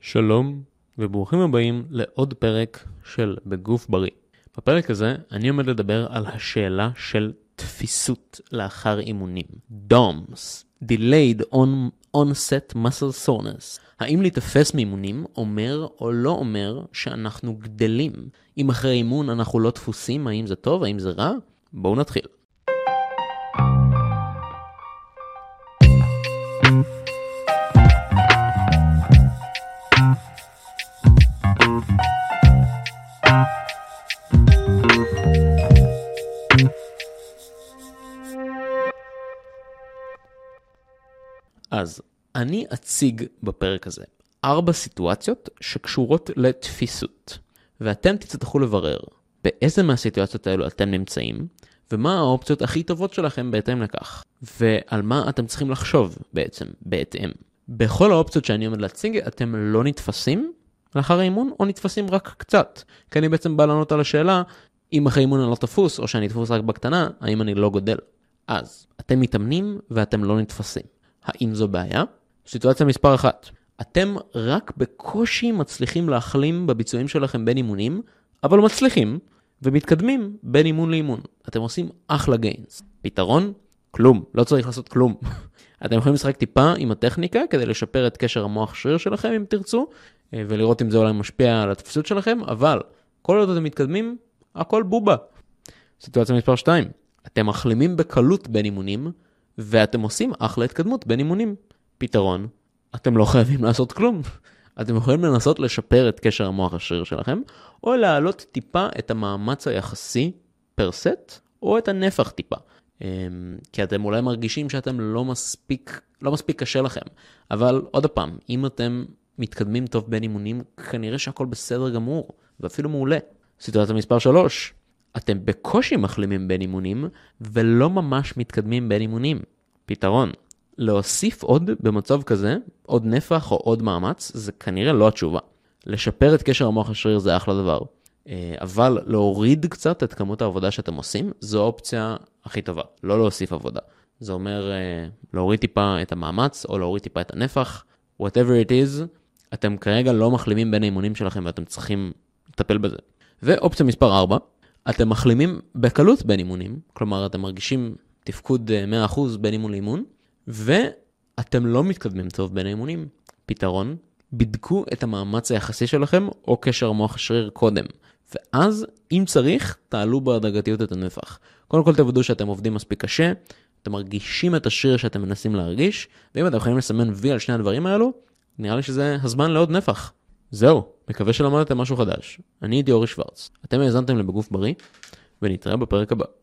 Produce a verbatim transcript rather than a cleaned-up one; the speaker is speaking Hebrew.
שלום וברוכים הבאים לעוד פרק של בגוף בריא. בפרק הזה אני עומד לדבר על השאלה של תפיסות לאחר אימונים. דומס, Delayed on, Onset Muscle Soreness. האם להתאפס מאימונים אומר או לא אומר שאנחנו גדלים? אם אחרי אימון אנחנו לא תפוסים, האם זה טוב, האם זה רע? בואו נתחיל. אז אני אציג בפרק הזה ארבע סיטואציות שקשורות לתפיסות, ואתם תצטרכו לברר באיזה מהסיטואציות האלו אתם נמצאים, ומה האופציות הכי טובות שלכם בהתאם לכך, ועל מה אתם צריכים לחשוב בעצם בהתאם. בכל האופציות שאני עומד להציג אתם לא נתפסים לאחר האימון, או נתפסים רק קצת, כי אני בעצם בא לענות על השאלה, אם אחרי אימון אני לא תפוס, או שאני תפוס רק בקטנה, האם אני לא גודל. אז אתם מתאמנים ואתם לא נתפסים. האם זו בעיה? סיטואציה מספר אחת. אתם רק בקושי מצליחים להחלים בביצועים שלכם בין אימונים, אבל מצליחים ומתקדמים בין אימון לאימון. אתם עושים אחלה גיינס. פתרון? כלום. לא צריך לעשות כלום. אתם יכולים לשחק טיפה עם הטכניקה כדי לשפר את קשר המוח שריר שלכם אם תרצו, ולראות אם זה אולי משפיע על התפיסות שלכם, אבל כל עוד אתם מתקדמים, הכל בובה. סיטואציה מספר שתיים. אתם מחלימים בקלות בין אימונים, ואתם עושים אחלה התקדמות בין אימונים. פתרון, אתם לא חייבים לעשות כלום. אתם יכולים לנסות לשפר את קשר המוח השריר שלכם, או להעלות טיפה את המאמץ היחסי פר סט, או את הנפח טיפה. כי אתם אולי מרגישים שאתם לא מספיק, לא מספיק קשה לכם. אבל עוד הפעם, אם אתם מתקדמים טוב בין אימונים, כנראה שהכל בסדר גמור, ואפילו מעולה. סיטואציה מספר שלוש. אתם בקושי מחלימים בין אימונים, ולא ממש מתקדמים בין אימונים. פתרון, להוסיף עוד במצב כזה, עוד נפח או עוד מאמץ, זה כנראה לא התשובה. לשפר את קשר המוח השריר זה אחלה דבר. אבל להוריד קצת את כמות העבודה שאתם עושים, זו האופציה הכי טובה. לא להוסיף עבודה. זה אומר להוריד טיפה את המאמץ, או להוריד טיפה את הנפח. whatever it is, אתם כרגע לא מחלימים בין האימונים שלכם, ואתם צריכים לטפל בזה. ואופציה מספר ארבע, אתם מחלימים בקלות בין אימונים, כלומר אתם מרגישים תפקוד מאה אחוז בין אימון לאימון, ואתם לא מתקדמים טוב בין האימונים. פתרון, בדקו את המאמץ היחסי שלכם או קשר המוח השריר קודם, ואז אם צריך תעלו בהדרגתיות את הנפח. קודם כל תוודאו שאתם עובדים מספיק קשה, אתם מרגישים את השריר שאתם מנסים להרגיש, ואם אתם יכולים לסמן וי על שני הדברים האלו, נראה לי שזה הזמן לעוד נפח. זהו, מקווה שלמדתם משהו חדש. אני הייתי אורי שוורץ. אתם האזנתם לבגוף בריא, ונתראה בפרק הבא.